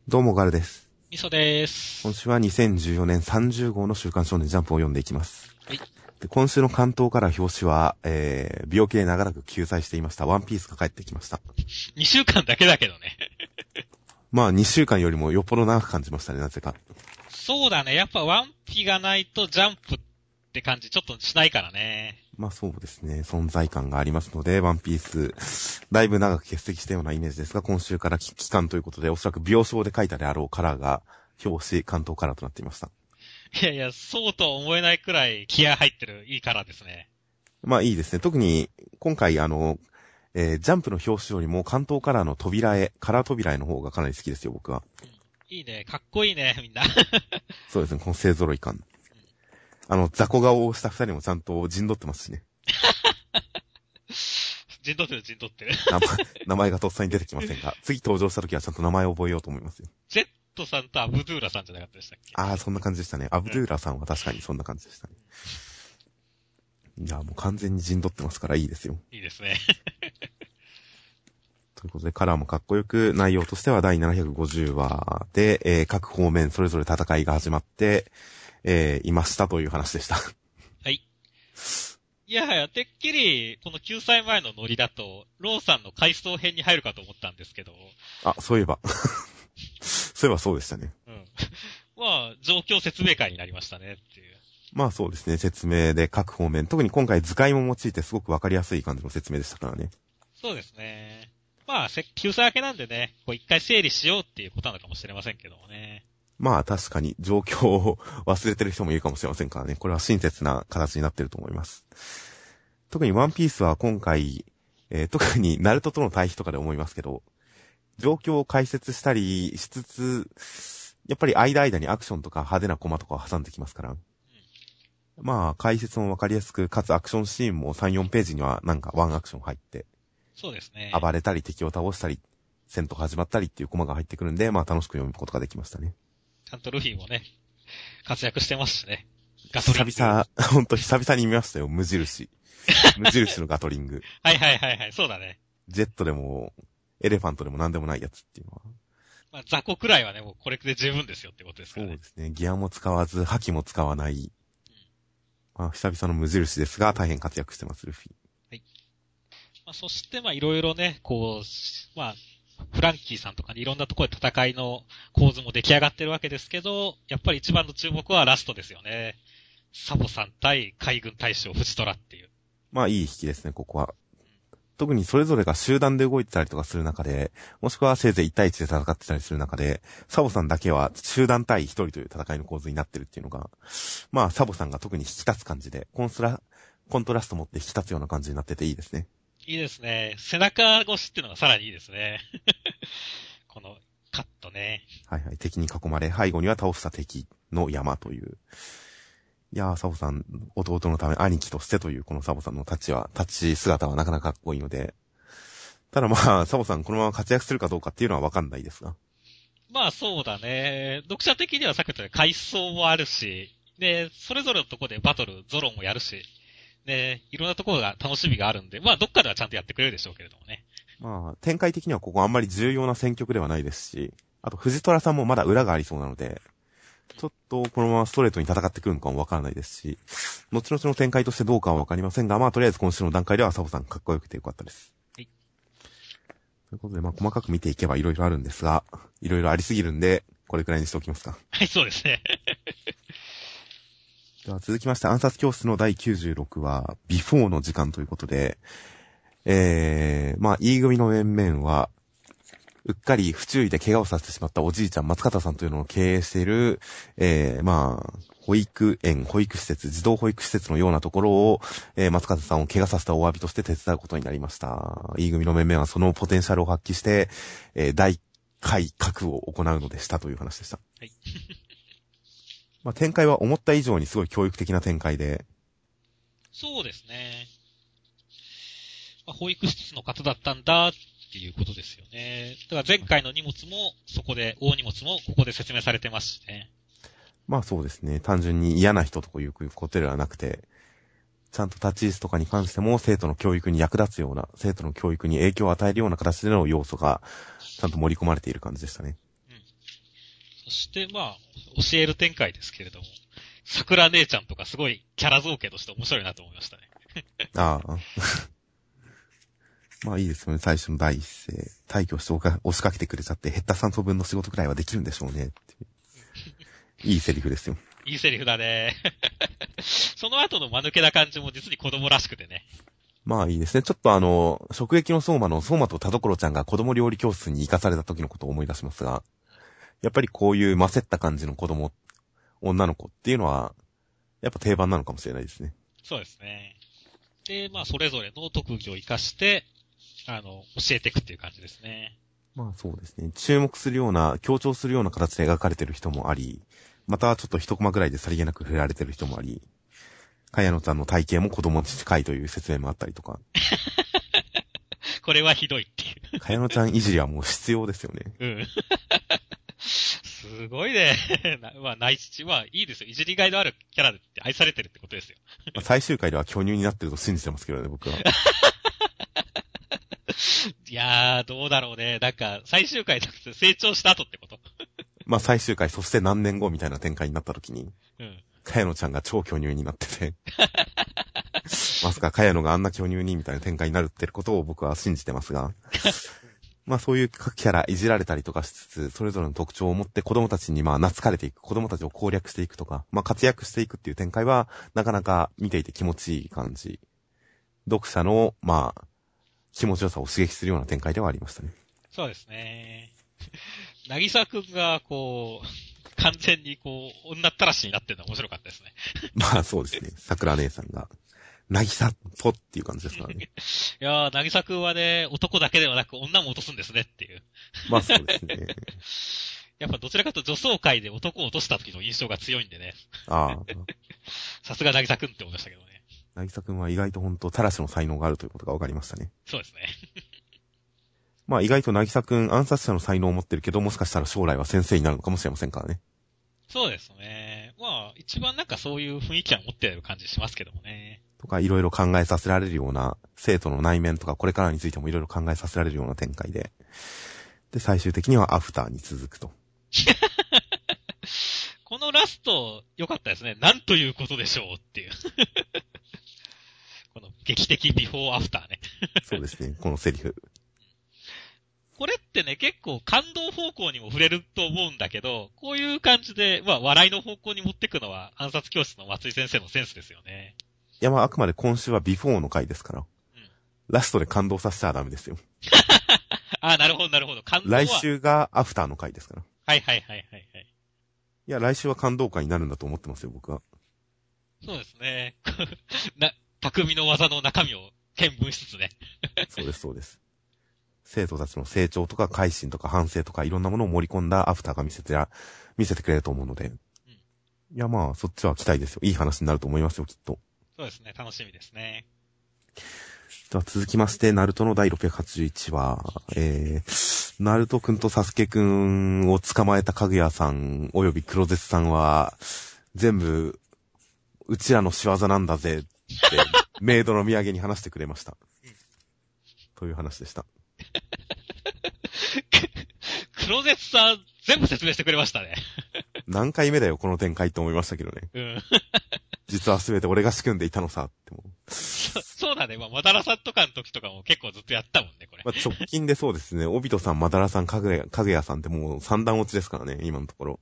どうもガルです。 みそです。 今週は2014年30号の週刊少年ジャンプを読んでいきます。 はい。 で今週の関東から表紙は、病気で長らく休載していましたワンピースが帰ってきました。 2週間だけだけどね。 まあ2週間よりもよっぽど長く感じましたね、なぜか。 そうだね。やっぱワンピがないとジャンプって感じちょっとしないからね。 まあそうですね、存在感がありますので、ワンピース、だいぶ長く欠席したようなイメージですが、今週から期間ということで、おそらく病床で書いたであろうカラーが、表紙、関東カラーとなっていました。 いやいや、そうとは思えないくらい気合入ってるいいカラーですね。 まあいいですね。特に、今回ジャンプの表紙よりも関東カラーのカラー扉絵の方がかなり好きですよ、僕は。 いいね。かっこいいね、みんな。 そうですね、この勢揃い感。雑魚顔をした二人もちゃんと陣取ってますしね。 陣取ってる、陣取ってる。 名前がとっさに出てきませんが、次登場した時はちゃんと名前を覚えようと思いますよ。 ゼットさんとアブドゥーラさんじゃなかったでしたっけ？ ああ、そんな感じでしたね。アブドゥーラさんは確かにそんな感じでしたね。いや、もう完全に陣取ってますからいいですよ。 いいですね。 ということで、カラーもかっこよく、内容としては第750話で、各方面それぞれ戦いが始まって、いましたという話でした。 はい。いやはや、てっきり、この9歳前のノリだと、ローさんの回想編に入るかと思ったんですけど。 あ、そういえば。そういえばそうでしたね。 うん。まあ、状況説明会になりましたねっていう。 まあそうですね、説明で各方面、特に今回図解も用いてすごくわかりやすい感じの説明でしたからね。 そうですね。まあ、救済明けなんでね、こう一回整理しようっていうことなのかもしれませんけどもね。 まあ確かに状況を忘れてる人もいるかもしれませんからね。これは親切な形になっていると思います。特にワンピースは今回、特にナルトとの対比とかで思いますけど、状況を解説したりしつつ、やっぱり間々にアクションとか派手なコマとかを挟んできますから。まあ解説もわかりやすく、かつアクションシーンも3、4ページにはなんかワンアクション入って、 そうですね。 暴れたり敵を倒したり、戦闘始まったりっていうコマが入ってくるんで、まあ楽しく読むことができましたね。 ちゃんとルフィもね、活躍してますしね。 久々、ほんと久々に見ましたよ、無印。無印のガトリング。 はいはいはいはい、そうだね。 ジェットでも、エレファントでも何でもないやつっていうのは。 まあ、雑魚くらいはね、もうこれで十分ですよってことですからね。 そうですね。ギアも使わず、覇気も使わない。まあ、久々の無印ですが、大変活躍してます、ルフィ。 はい。まあ、そしてまあいろいろね、こう、まあ、フランキーさんとかにいろんなところで戦いの構図も出来上がってるわけですけど、やっぱり一番の注目はラストですよね。サボさん対海軍大将藤虎っていう。 まあ、いい引きですね、ここは。特にそれぞれが集団で動いてたりとかする中で、もしくはせいぜい1対1で戦ってたりする中で、サボさんだけは集団対1人という戦いの構図になってるっていうのが、まあ、サボさんが特に引き立つ感じで、コントラスト持って引き立つような感じになってていいですね。 いいですね。背中越しっていうのがさらにいいですね。このカットね。 はいはい。敵に囲まれ、背後には倒した敵の山という。いやー、サボさん、弟のため、兄貴としてという、このサボさんの立ち姿はなかなかかっこいいので。ただまあ、サボさんこのまま活躍するかどうかっていうのはわかんないですが。 まあそうだね。読者的にはさっき言ったように回想もあるし、で、それぞれのところでバトル、ゾロもやるし、で、いろんなところが楽しみがあるんで、まあどっかではちゃんとやってくれるでしょうけれどもね。 まあ、展開的にはここあんまり重要な選曲ではないですし、あと藤虎さんもまだ裏がありそうなので、ちょっとこのままストレートに戦ってくるのかもわからないですし、後々の展開としてどうかはわかりませんが、まあとりあえず今週の段階ではサボさんかっこよくてよかったです。 はい。 ということでまあ細かく見ていけばいろいろあるんですが、いろいろありすぎるんで、これくらいにしておきますか。 はい、そうですね。 では続きまして暗殺教室の第96話、ビフォーの時間ということで、まあ E 組の面々は、うっかり不注意で怪我をさせてしまったおじいちゃん松方さんというのを経営している、まあ、保育施設、児童保育施設のようなところを、松方さんを怪我させたお詫びとして手伝うことになりました。E 組の面々はそのポテンシャルを発揮して、大改革を行うのでしたという話でした。 はい。 まあ、展開は思った以上にすごい教育的な展開で。 そうですね。まあ、保育施設の方だったんだっていうことですよね。だから前回の荷物もそこで、大荷物もここで説明されてますしね。 まあそうですね。単純に嫌な人ということではなくて、ちゃんと立ち位置とかに関しても生徒の教育に役立つような、生徒の教育に影響を与えるような形での要素がちゃんと盛り込まれている感じでしたね。 うん。 そしてまあ、教える展開ですけれども、桜姉ちゃんとかすごいキャラ造形として面白いなと思いましたね。 ああ。まあいいですよね。最初の第一声。退去して押しかけてくれちゃって、減った酸素分の仕事くらいはできるんでしょうね。いいセリフですよ。 いいセリフだね。その後の間抜けな感じも実に子供らしくてね。 まあいいですね。ちょっと直撃の相馬と田所ちゃんが子供料理教室に行かされた時のことを思い出しますが、やっぱりこういうませった感じの女の子っていうのは、やっぱ定番なのかもしれないですね。 そうですね。で、まあそれぞれの特技を活かして、教えていくっていう感じですね。 まあそうですね。注目するような、強調するような形で描かれてる人もあり、またちょっと一コマぐらいでさりげなく触れられてる人もあり、茅野ちゃんの体型も子供に近いという説明もあったりとか。 これはひどいっていう。 茅野ちゃんいじりはもう必要ですよね。 うん。すごいね。まあ、内父はいいですよ。いじりがいのあるキャラでって愛されてるってことですよ。 まあ、最終回では巨乳になってると信じてますけどね、僕は。 いやー、どうだろうね。なんか、最終回じゃなくて成長した後ってことまあ最終回、そして何年後みたいな展開になった時に、 うん。 茅野ちゃんが超巨乳になってて、まさか茅野があんな巨乳にみたいな展開になるってことを僕は信じてますが、まあそういう各キャラいじられたりとかしつつ、それぞれの特徴を持って子供たちにまあ懐かれていく、子供たちを攻略していくとか、まあ活躍していくっていう展開は、なかなか見ていて気持ちいい感じ。読者の、まあ、気持ちよさを刺激するような展開ではありましたね。 そうですね。なぎさくんが、こう、完全にこう、女ったらしになってるのは面白かったですね。 まあそうですね。桜姉さんが、なぎさぽっていう感じですからね。 いやー、なぎさくんはね、男だけではなく女も落とすんですねっていう。 まあそうですね。 やっぱどちらかと女装界で男を落とした時の印象が強いんでね。 ああ。 さすがなぎさくんって思いましたけどね。 なぎさくんは意外と本当タラシの才能があるということが分かりましたね。 そうですね。 まあ意外となぎさくん暗殺者の才能を持ってるけど、もしかしたら将来は先生になるのかもしれませんからね。 そうですね。まあ、一番なんかそういう雰囲気は持ってる感じしますけどもね。 とかいろいろ考えさせられるような、生徒の内面とかこれからについてもいろいろ考えさせられるような展開で。で、最終的にはアフターに続くと。 このラスト、良かったですね。なんということでしょうっていう。この劇的ビフォーアフターね。 そうですね、このセリフ。 これってね、結構感動方向にも触れると思うんだけど、こういう感じで、まあ、笑いの方向に持ってくのは、暗殺教室の松井先生のセンスですよね。 いやまああくまで今週はビフォーの回ですから。 うん。 ラストで感動させちゃダメですよ。 あ、なるほど、なるほど。感動は。 来週がアフターの回ですから。 はいはいはいはいはい。 いや、来週は感動回になるんだと思ってますよ、僕は。 そうですね。匠の技の中身を見聞しつつね。 そうです、そうです。生徒たちの成長とか改心とか反省とかいろんなものを盛り込んだアフターが見せてくれると思うので。いや、まあ、そっちは期待ですよ。いい話になると思いますよ、きっと。 そうですね。楽しみですね。 では続きまして、ナルトの第681話、ナルトくんとサスケくんを捕まえたかぐやさん及びクロゼツさんは、全部、うちらの仕業なんだぜって、メイドの土産に話してくれました。という話でした。 クロゼツさん、全部説明してくれましたね。 何回目だよ、この展開って思いましたけどね。 うん。 実はすべて俺が仕組んでいたのさ、ってもう。 そうだね。まあ、マダラさんとかの時とかも結構ずっとやったもんね、これ。 まあ、直近でそうですね。オビトさん、マダラさん、かぐやさんってもう三段落ちですからね、今のところ。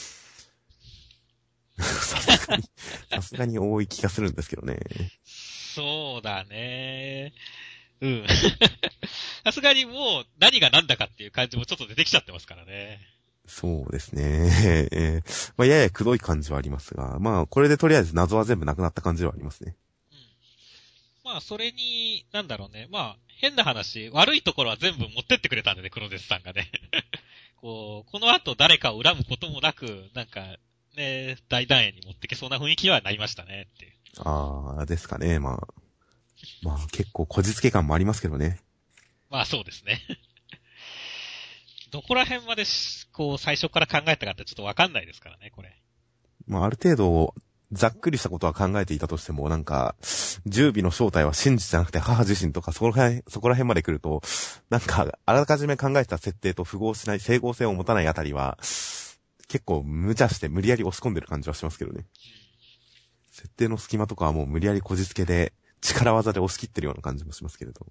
さすがに多い気がするんですけどね。 そうだね。うん。さすがにもう何が何だかっていう感じもちょっと出てきちゃってますからね。 そうですね。まあ、ややくどい感じはありますが、まあ、これでとりあえず謎は全部なくなった感じはありますね。 うん。まあ、それに、なんだろうね。まあ、変な話、悪いところは全部持ってってくれたんでね、クロゼスさんがね。この後誰かを恨むこともなく、なんか、ね、大団円に持ってけそうな雰囲気はなりましたね、っていう。 ああ、ですかね、まあ結構こじつけ感もありますけどね。 まあ、そうですね。どこら辺まで最初から考えたかってちょっとわかんないですからね、これ。 まあ、ある程度、ざっくりしたことは考えていたとしても、なんか、十尾の正体は真実じゃなくて母自身とか、そこら辺まで来ると、なんか、あらかじめ考えた設定と整合性を持たないあたりは、 結構無茶して無理やり押し込んでる感じはしますけどね。設定の隙間とかはもう無理やりこじつけで力技で押し切ってるような感じもしますけれど。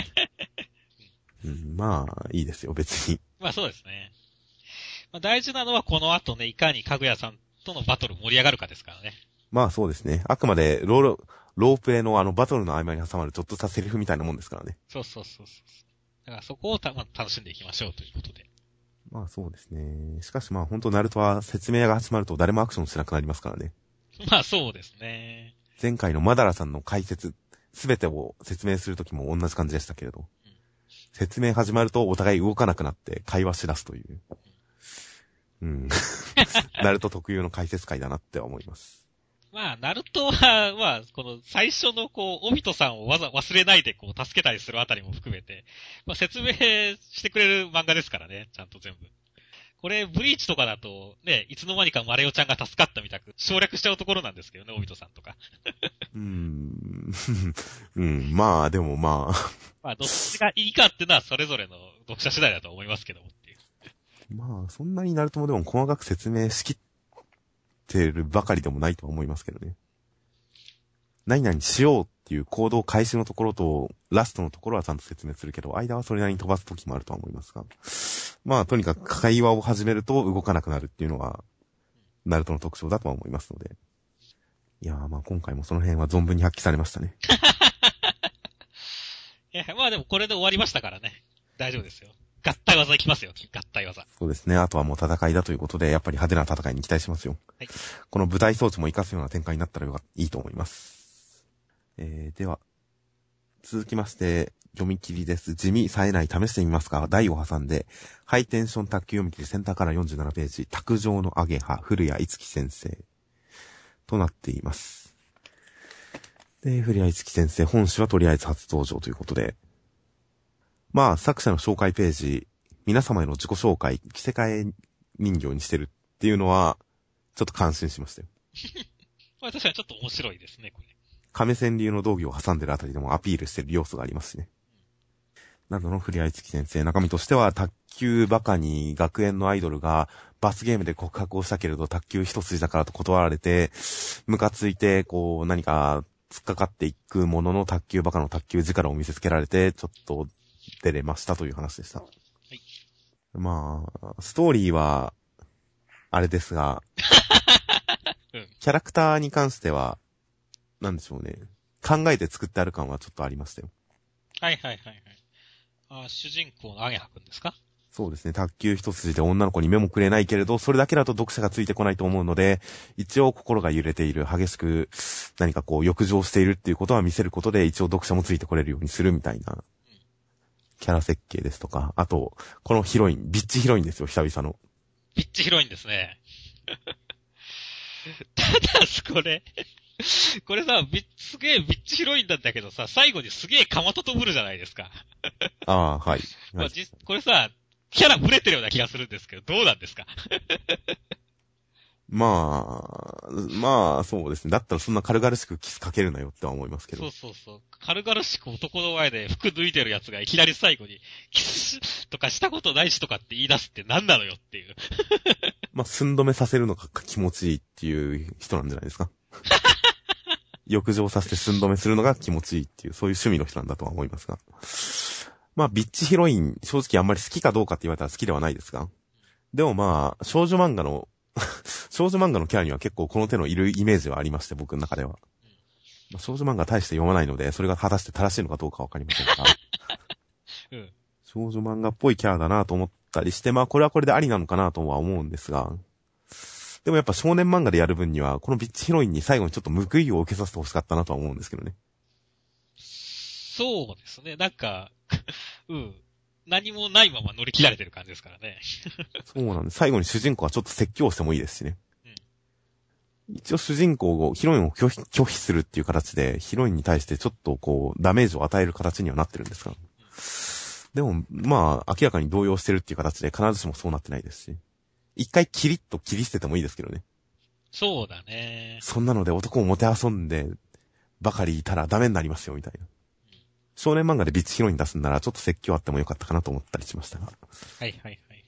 まあ、いいですよ、別に。 まあそうですね。まあ大事なのはこの後ね、いかにかぐやさんとのバトル盛り上がるかですからね。 まあそうですね。あくまでロープレイのバトルの合間に挟まるちょっとしたセリフみたいなもんですからね。 そう。だからそこをまあ、楽しんでいきましょうということで。 まあそうですね。しかしまあ本当ナルトは説明が始まると誰もアクションしなくなりますからね。 まあそうですね。 前回のマダラさんの解説、すべてを説明するときも同じ感じでしたけれど。説明始まるとお互い動かなくなって会話し出すという。ナルト特有の解説会だなって思います。 まあ、ナルトは、まあ、この最初のオビトさんを忘れないで助けたりするあたりも含めて、まあ説明してくれる漫画ですからね、ちゃんと全部。これ、ブリーチとかだと、ね、いつの間にかマレオちゃんが助かったみたく、省略しちゃうところなんですけどね、オビトさんとか。 まあ、でもまあ。 まあ、どっちがいいかっていうのはそれぞれの読者次第だと思いますけどもっていう。 まあ、そんなにナルトもでも細かく説明しきってるばかりでもないとは思いますけどね。何々しようっていう行動開始のところと、ラストのところはちゃんと説明するけど、間はそれなりに飛ばす時もあるとは思いますが。まあ、とにかく会話を始めると動かなくなるっていうのが、ナルトの特徴だとは思いますので。いやーまあ今回もその辺は存分に発揮されましたね。 いや、まあでもこれで終わりましたからね。大丈夫ですよ。合体技いきますよ、合体技。 そうですね。あとはもう戦いだということで、やっぱり派手な戦いに期待しますよ。 はい。 この舞台装置も活かすような展開になったらいいと思います。では、続きまして、読み切りです。地味冴えない試してみますか。台を挟んで、ハイテンション卓球読み切りセンターから47ページ、卓上のアゲハ、古谷樹先生となっています。で、古谷樹先生、本誌はとりあえず初登場ということで、まあ、作者の紹介ページ、皆様への自己紹介、着せ替え人形にしてるっていうのは、ちょっと感心しましたよ。 まあ確かにちょっと面白いですね、これ。 亀仙流の道着を挟んでるあたりでもアピールしてる要素がありますしね。などの古谷樹先生、中身としては卓球バカに学園のアイドルが罰ゲームで告白をしたけれど卓球一筋だからと断られて、ムカついて何か突っかかっていくものの卓球バカの卓球力を見せつけられて、ちょっと出れましたという話でした。はい。まあ、ストーリーは、あれですが、キャラクターに関しては、なんでしょうね。考えて作ってある感はちょっとありましたよ。 はい。主人公のアゲハくんですか？ そうですね。卓球一筋で女の子に目もくれないけれど、それだけだと読者がついてこないと思うので、一応心が揺れている、激しく何か欲情しているっていうことは見せることで、一応読者もついてこれるようにするみたいな、キャラ設計ですとか、あと、このヒロイン、ビッチヒロインですよ、久々の。 ビッチヒロインですね。ただ、これさ、すげえビッチヒロインなんだけどさ、最後にすげえかまととぶるじゃないですか。 ああ、はい。 まあ、これさ、キャラブレてるような気がするんですけど、どうなんですか？ まあ、そうですね。だったらそんな軽々しくキスかけるなよっては思いますけど。 そう。軽々しく男の前で服脱いでるやつがいきなり最後に、キスとかしたことないしとかって言い出すって何なのよっていう。 まあ、寸止めさせるのが気持ちいいっていう人なんじゃないですか。浴場させて寸止めするのが気持ちいいっていう、そういう趣味の人なんだとは思いますが。まあ、ビッチヒロイン、正直あんまり好きかどうかって言われたら好きではないですが。でもまあ、少女漫画のキャラには結構この手のいるイメージはありまして、僕の中では。まあ、少女漫画大して読まないので、それが果たして正しいのかどうかわかりませんが。少女漫画っぽいキャラだなと思ったりして、まあこれはこれでありなのかなとは思うんですが。でもやっぱ少年漫画でやる分には、このビッチヒロインに最後にちょっと報いを受けさせてほしかったなとは思うんですけどね。 そうですね。なんか、何もないまま乗り切られてる感じですからね。 そうなんです。最後に主人公はちょっと説教してもいいですしね。一応主人公を、ヒロインを拒否するっていう形で、ヒロインに対してちょっとダメージを与える形にはなってるんですが。でも、まあ、明らかに動揺してるっていう形で必ずしもそうなってないですし。一回キリッと切り捨ててもいいですけどね。 そうだね。 そんなので男をもてあそんでばかりいたらダメになりますよ、みたいな。少年漫画でビッチヒロイン出すんならちょっと説教あってもよかったかなと思ったりしましたが。 はい。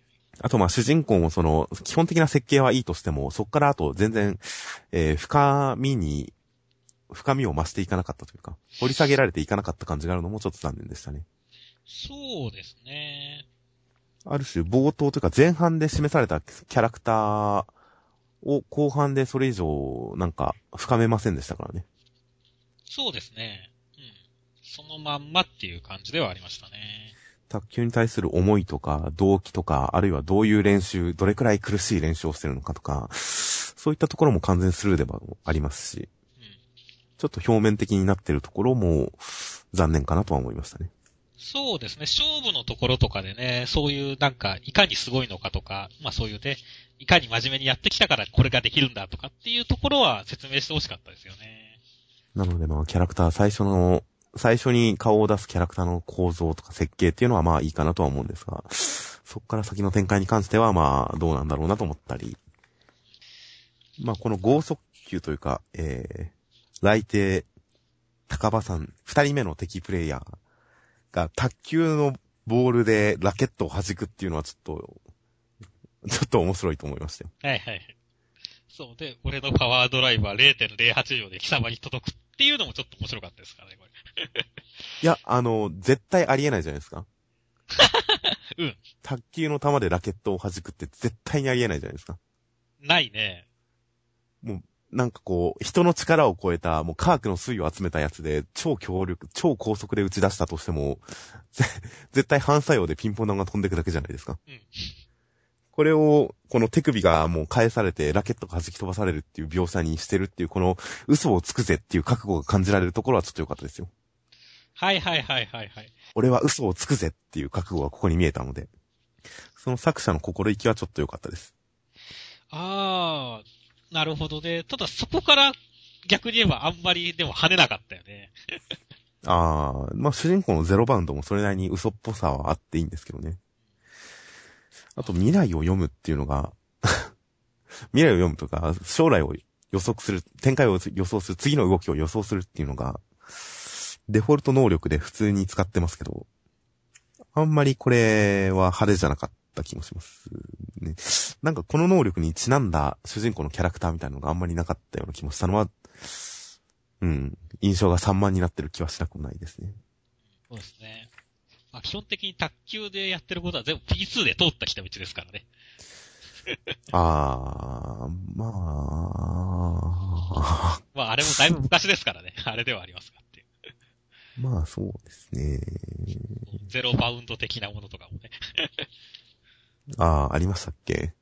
あと主人公も基本的な設計はいいとしても、そこからあと全然、深みを増していかなかったというか、掘り下げられていかなかった感じがあるのもちょっと残念でしたね。 そうですね。 ある種冒頭というか前半で示されたキャラクターを後半でそれ以上深めませんでしたからね。 そうですね。そのまんまっていう感じではありましたね。 卓球に対する思いとか動機とか、あるいはどういう練習、どれくらい苦しい練習をしてるのかとか、そういったところも完全スルーでもありますし、ちょっと表面的になってるところも残念かなとは思いましたね。 そうですね。勝負のところとかでね、そういういかにすごいのかとか、そういうね、いかに真面目にやってきたからこれができるんだとかっていうところは説明してほしかったですよね。 なのでキャラクター最初に顔を出すキャラクターの構造とか設計っていうのはいいかなとは思うんですが、そこから先の展開に関してはどうなんだろうなと思ったり、この剛速球というか、来帝、高場さん、二人目の敵プレイヤーが卓球のボールでラケットを弾くっていうのはちょっと面白いと思いましたよ。 はいはい。そうで、俺のパワードライバー 0.08 秒で貴様に届くっていうのもちょっと面白かったですからね、これ。 いや、絶対ありえないじゃないですか。 うん。 卓球の球でラケットを弾くって絶対にありえないじゃないですか。 ないね。 もう、人の力を超えた、もう科学の推移を集めたやつで、超高速で打ち出したとしても、絶対反作用でピンポン玉が飛んでいくだけじゃないですか。 うん。 これを、この手首がもう返されて、ラケットが弾き飛ばされるっていう描写にしてるっていう、この嘘をつくぜっていう覚悟が感じられるところはちょっと良かったですよ。 はいはいはいはいはい。 俺は嘘をつくぜっていう覚悟がここに見えたので、その作者の心意気はちょっと良かったです。 あー、なるほどね。ただそこから逆に言えばあんまりでも跳ねなかったよね。 主人公のゼロバウンドもそれなりに嘘っぽさはあっていいんですけどね。あと未来を読むっていうのが、未来を読むとか、将来を予測する、展開を予想する、次の動きを予想するっていうのが、デフォルト能力で普通に使ってますけど、あんまりこれは派手じゃなかった気もしますね。この能力にちなんだ主人公のキャラクターみたいなのがあんまりなかったような気もしたのは、印象が散漫になってる気はしなくもないですね。 そうですね。基本的に卓球でやってることは全部 P2 で通ったきた道ですからね。あれもだいぶ昔ですからね。あれではありますがっていう。 そうですね。 ゼロバウンド的なものとかもね。 ありましたっけ。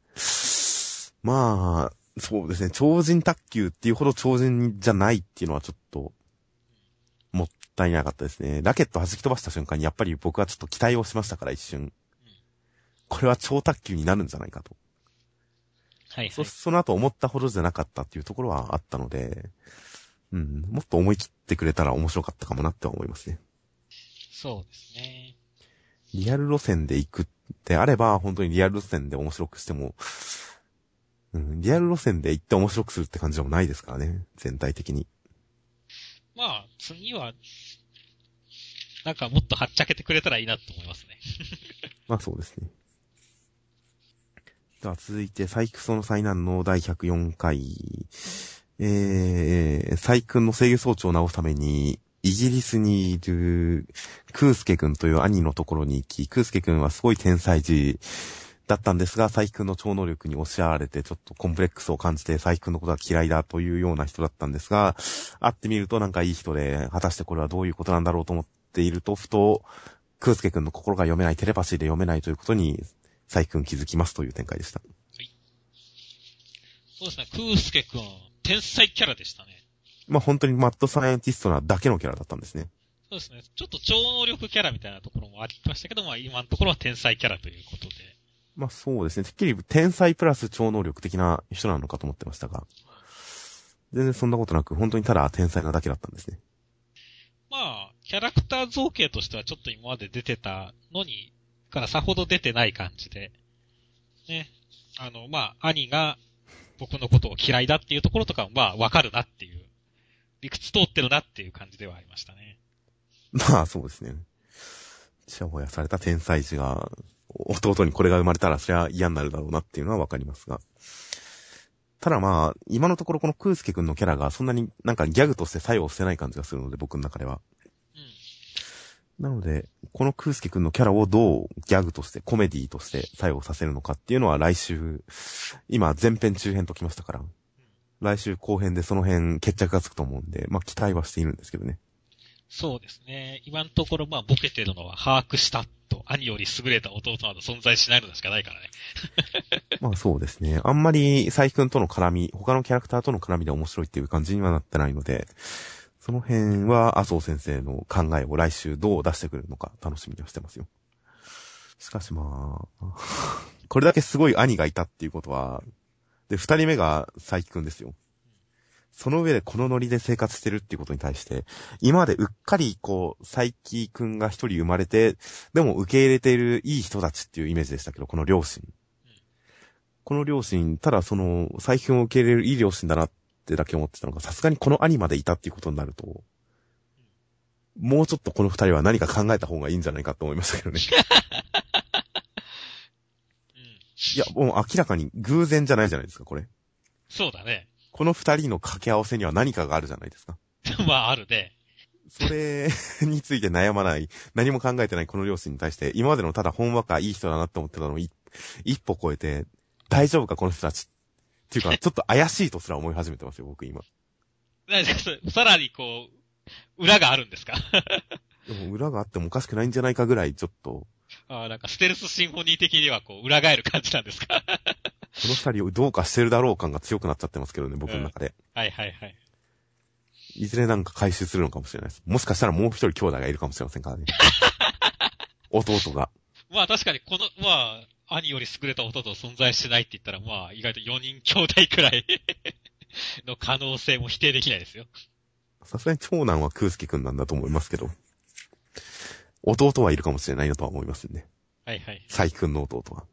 そうですね。超人卓球っていうほど超人じゃないっていうのはちょっと、もったいなかったですね。ラケット弾き飛ばした瞬間にやっぱり僕はちょっと期待をしましたから一瞬。これは超卓球になるんじゃないかと。 はいはい。 その後思ったほどじゃなかったっていうところはあったので、もっと思い切ってくれたら面白かったかもなって思いますね。 そうですね。 リアル路線で行くってあれば、本当にリアル路線で面白くしても、リアル路線で行って面白くするって感じでもないですからね、全体的に。 次は、もっとはっちゃけてくれたらいいなと思いますね。 そうですね。では続いて、サイクソの災難の第104回。サイ君の制御装置を直すために、イギリスにいるクースケ君という兄のところに行き、クースケ君はすごい天才児だったんですが、サイ君の超能力に押し合われてちょっとコンプレックスを感じてサイ君のことが嫌いだというような人だったんですが、会ってみるといい人で、果たしてこれはどういうことなんだろうと思っていると、ふと、クースケ君の心が読めない、テレパシーで読めないということに、サイ君気づきますという展開でした。 はい。そうですね、クースケ君、天才キャラでしたね。 本当にマッドサイエンティストなだけのキャラだったんですね。 そうですね。ちょっと超能力キャラみたいなところもありましたけど、今のところは天才キャラということで。 そうですね。てっきり天才プラス超能力的な人なのかと思ってましたが、全然そんなことなく、本当にただ天才なだけだったんですね。 キャラクター造形としてはちょっと今まで出てたのに、からさほど出てない感じで、ね。兄が僕のことを嫌いだっていうところとかもわかるなっていう、理屈通ってるなっていう感じではありましたね。 そうですね。ちやほやされた天才児が、 弟にこれが生まれたらそれは嫌になるだろうなっていうのはわかりますが。ただまあ、今のところこのクースケ君のキャラがそんなになんかギャグとして作用してない感じがするので、僕の中では。なので、このクースケ君のキャラをどうギャグとして、コメディとして作用させるのかっていうのは来週、今前編中編ときましたから、来週後編でその辺決着がつくと思うんで、まあ期待はしているんですけどね。 そうですね。今のところまあボケてるのは把握したと、兄より優れた弟など存在しないのしかないからね。 まあそうですね。あんまり佐伯くんとの絡み、他のキャラクターとの絡みで面白いっていう感じにはなってないので、その辺は麻生先生の考えを来週どう出してくるのか楽しみにはしてますよ。しかしまあ、これだけすごい兄がいたっていうことは、で、二人目が佐伯くんですよ。その上でこのノリで生活してるっていうことに対して、今までうっかりこう、佐伯くんが一人生まれて、でも受け入れているいい人たちっていうイメージでしたけど、この両親。この両親、ただその、佐伯くんを受け入れるいい両親だなってだけ思ってたのが、さすがにこの兄までいたっていうことになると、もうちょっとこの二人は何か考えた方がいいんじゃないかと思いましたけどね。いや、もう明らかに偶然じゃないじゃないですか、これ。 そうだね。 この二人の掛け合わせには何かがあるじゃないですか。 まああるね。 それについて悩まない、何も考えてないこの両親に対して、今までのただほんわかいい人だなって思ってたのを一歩超えて、大丈夫かこの人たち。っていうか、ちょっと怪しいとすら思い始めてますよ、僕今。 さらにこう、裏があるんですか？ でも裏があってもおかしくないんじゃないかぐらい、ちょっと。 なんかステルスシンフォニー的にはこう、裏返る感じなんですか？ この二人をどうかしてるだろう感が強くなっちゃってますけどね、僕の中で。 はいはいはい。 いずれなんか回収するのかもしれないです。もしかしたらもう一人兄弟がいるかもしれませんからね。弟が。 まあ確かにこの、まあ、兄より優れた弟と存在してないって言ったら、まあ意外と4人兄弟くらいの可能性も否定できないですよ。 さすがに長男は空介くんなんだと思いますけど、弟はいるかもしれないなとは思いますね。 はいはい。 佐伯くんの弟は。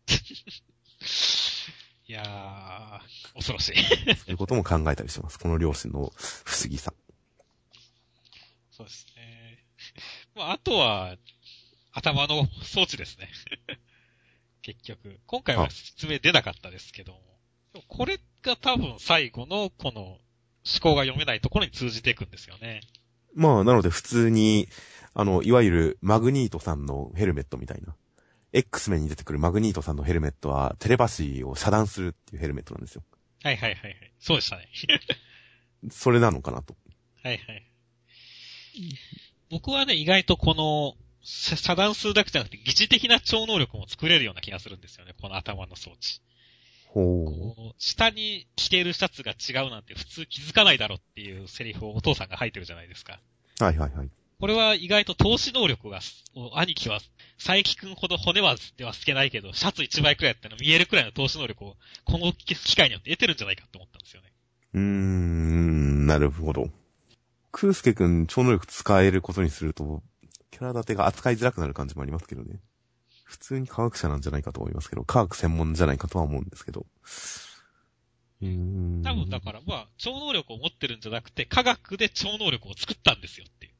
いやー、恐ろしい。 そういうことも考えたりします。この両親の不思議さ。 そうですね。まああとは、頭の装置ですね。結局。今回は説明出なかったですけども。これが多分最後のこの思考が読めないところに通じていくんですよね。 まあ、なので普通に、いわゆるマグニートさんのヘルメットみたいな。X メンに出てくるマグニートさんのヘルメットはテレパシーを遮断するっていうヘルメットなんですよ。 はいはいはいはい。そうでしたね。 それなのかなと。 はいはい。僕はね、意外とこの、遮断するだけじゃなくて疑似的な超能力も作れるような気がするんですよね。この頭の装置。 ほう。 こう下に着ているシャツが違うなんて普通気づかないだろっていうセリフをお父さんが吐いてるじゃないですか。 はいはいはい。 これは意外と投資能力が、兄貴は、佐伯くんほど骨はでは透けないけど、シャツ1枚くらいやったの見えるくらいの投資能力を、この機会によって得てるんじゃないかって思ったんですよね。 なるほど。空介くん超能力使えることにすると、キャラ立てが扱いづらくなる感じもありますけどね。普通に科学者なんじゃないかと思いますけど、科学専門じゃないかとは思うんですけど。 多分だからまあ、超能力を持ってるんじゃなくて、科学で超能力を作ったんですよっていう。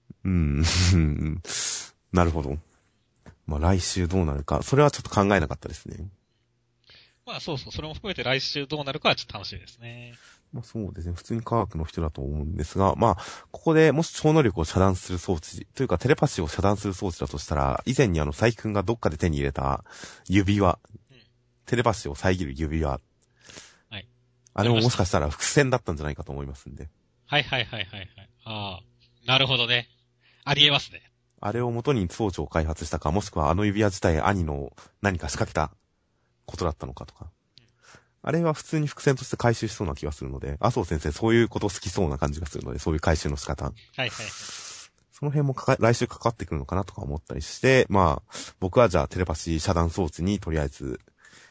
なるほど。まあ来週どうなるか、それはちょっと考えなかったですね。 まあそうそう、それも含めて来週どうなるかはちょっと楽しみですね。 まあそうですね、普通に科学の人だと思うんですが、まあ、ここでもし超能力を遮断する装置、というかテレパシーを遮断する装置だとしたら、以前に佐伯くんがどっかで手に入れた指輪、テレパシーを遮る指輪、 はい。 あれももしかしたら伏線だったんじゃないかと思いますんで。 はいはいはいはいはい。ああ、なるほどね。ありえますね。 あれを元に装置を開発したか、もしくはあの指輪自体兄の何か仕掛けたことだったのかとか。あれは普通に伏線として回収しそうな気がするので、麻生先生そういうこと好きそうな感じがするので、そういう回収の仕方。 はいはい。 その辺も来週かかってくるのかなとか思ったりして、まあ、僕はじゃあテレパシー遮断装置にとりあえず、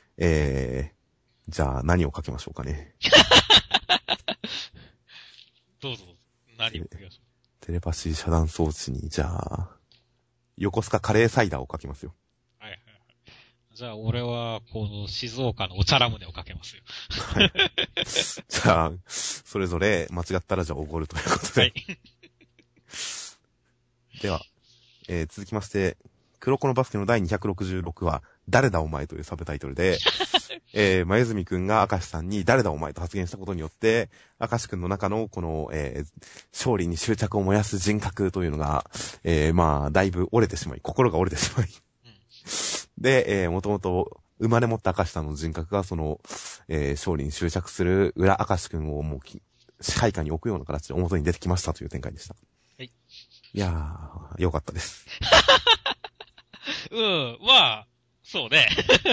じゃあ何をかけましょうかね。 どうぞ。何をかけましょう。 テレパシー遮断装置に、じゃあ、横須賀カレーサイダーをかけますよ。 はいはいはい。じゃあ俺は、この静岡のお茶ラムネをかけますよ。 はい。じゃあ、それぞれ間違ったらじゃあおごるということで。 はい。 では、続きまして、 黒子のバスケの第266話、誰だお前というサブタイトルで、前泉くんが明石さんに誰だお前と発言したことによって、明石くんの中のこの、勝利に執着を燃やす人格というのが、まあ、だいぶ折れてしまい、心が折れてしまい。で、もともと生まれ持った明石さんの人格がその、勝利に執着する裏明石くんをもう支配下に置くような形で表に出てきましたという展開でした。 はい。 いやー、よかったです。 まあ、そうね。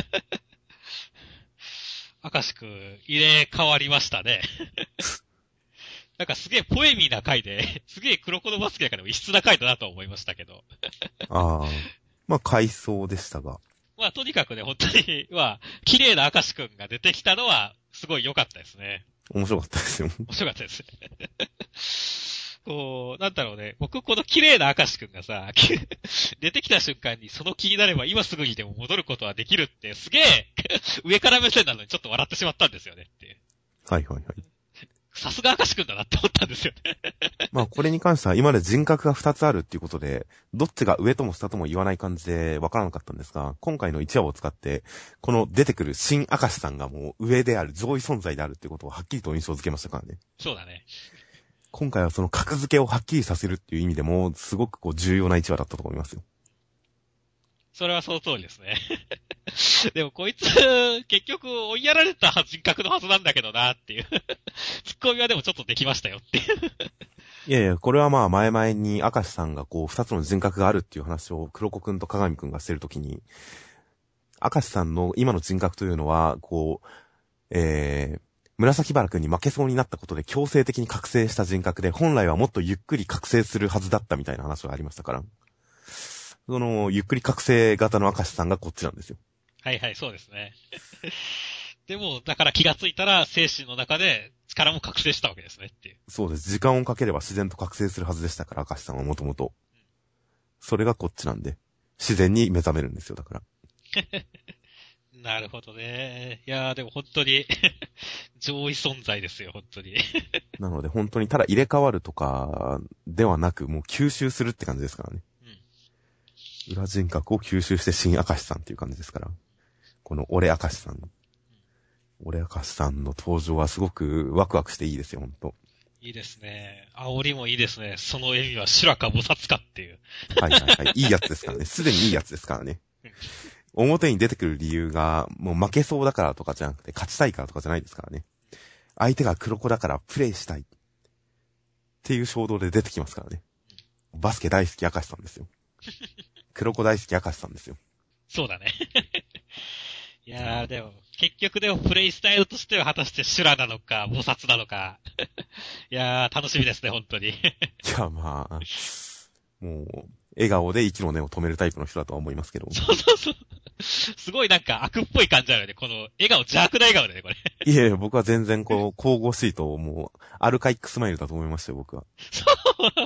明石くん、入れ替わりましたね。なんかすげえポエミーな回で、すげえ黒子のバスケだから異質な回だなと思いましたけど。 ああ、まあ、回想でしたが。 まあ、とにかくね、本当に、まあ、綺麗な明石くんが出てきたのは、すごい良かったですね。 面白かったですよ。 面白かったですね。こう、なんだろうね。僕、この綺麗な明石くんがさ、出てきた瞬間にその気になれば今すぐにでも戻ることはできるって、すげえ、上から目線なのにちょっと笑ってしまったんですよねって。 はいはいはい。 さすが明石くんだなって思ったんですよね。 まあこれに関しては今まで人格が2つあるっていうことで、どっちが上とも下とも言わない感じでわからなかったんですが、今回の1話を使って、この出てくる新明石さんがもう上である、上位存在であるっていうことをはっきりと印象づけましたからね。 そうだね。 今回はその格付けをはっきりさせるっていう意味でも、すごくこう重要な1話だったと思いますよ。 それはその通りですね。でもこいつ、結局追いやられた人格のはずなんだけどなっていう。ツッコミはでもちょっとできましたよっていう。 いやいや、これはまあ前々に明石さんがこう2つの人格があるっていう話を黒子くんと鏡くんがしてるときに、明石さんの今の人格というのは、こう、紫原くんに負けそうになったことで強制的に覚醒した人格で、本来はもっとゆっくり覚醒するはずだったみたいな話がありましたから、その、ゆっくり覚醒型の明石さんがこっちなんですよ。 はいはい、そうですね。でも、だから気がついたら精神の中で力も覚醒したわけですねっていう。 そうです。時間をかければ自然と覚醒するはずでしたから、明石さんはもともと。それがこっちなんで、自然に目覚めるんですよ、だから。 なるほどね。いやーでも本当に上位存在ですよ、本当に。 なので本当にただ入れ替わるとかではなく、もう吸収するって感じですからね。裏人格を吸収して新明石さんっていう感じですから。この俺明石さん。俺明石さんの登場はすごくワクワクしていいですよ、ほんと。 いいですね。煽りもいいですね。その笑みは修羅か菩薩かっていう。 はいはいはい。いいやつですからね。すでにいいやつですからね。表に出てくる理由が、もう負けそうだからとかじゃなくて、勝ちたいからとかじゃないですからね。相手が黒子だからプレイしたい。っていう衝動で出てきますからね。バスケ大好き明石さんですよ。黒子大好き明石さんですよ。 そうだね。いやーでも、結局でもプレイスタイルとしては果たして修羅なのか、菩薩なのか。いやー楽しみですね、本当に。 いや、まあ、もう、笑顔で息の根を止めるタイプの人だとは思いますけど。 そうそうそう。すごいなんか悪っぽい感じあるよね。この笑顔、邪悪な笑顔だね、これ。 いやいや、僕は全然こう、神々しいと、もう、アルカイックスマイルだと思いましたよ、僕は。 そう。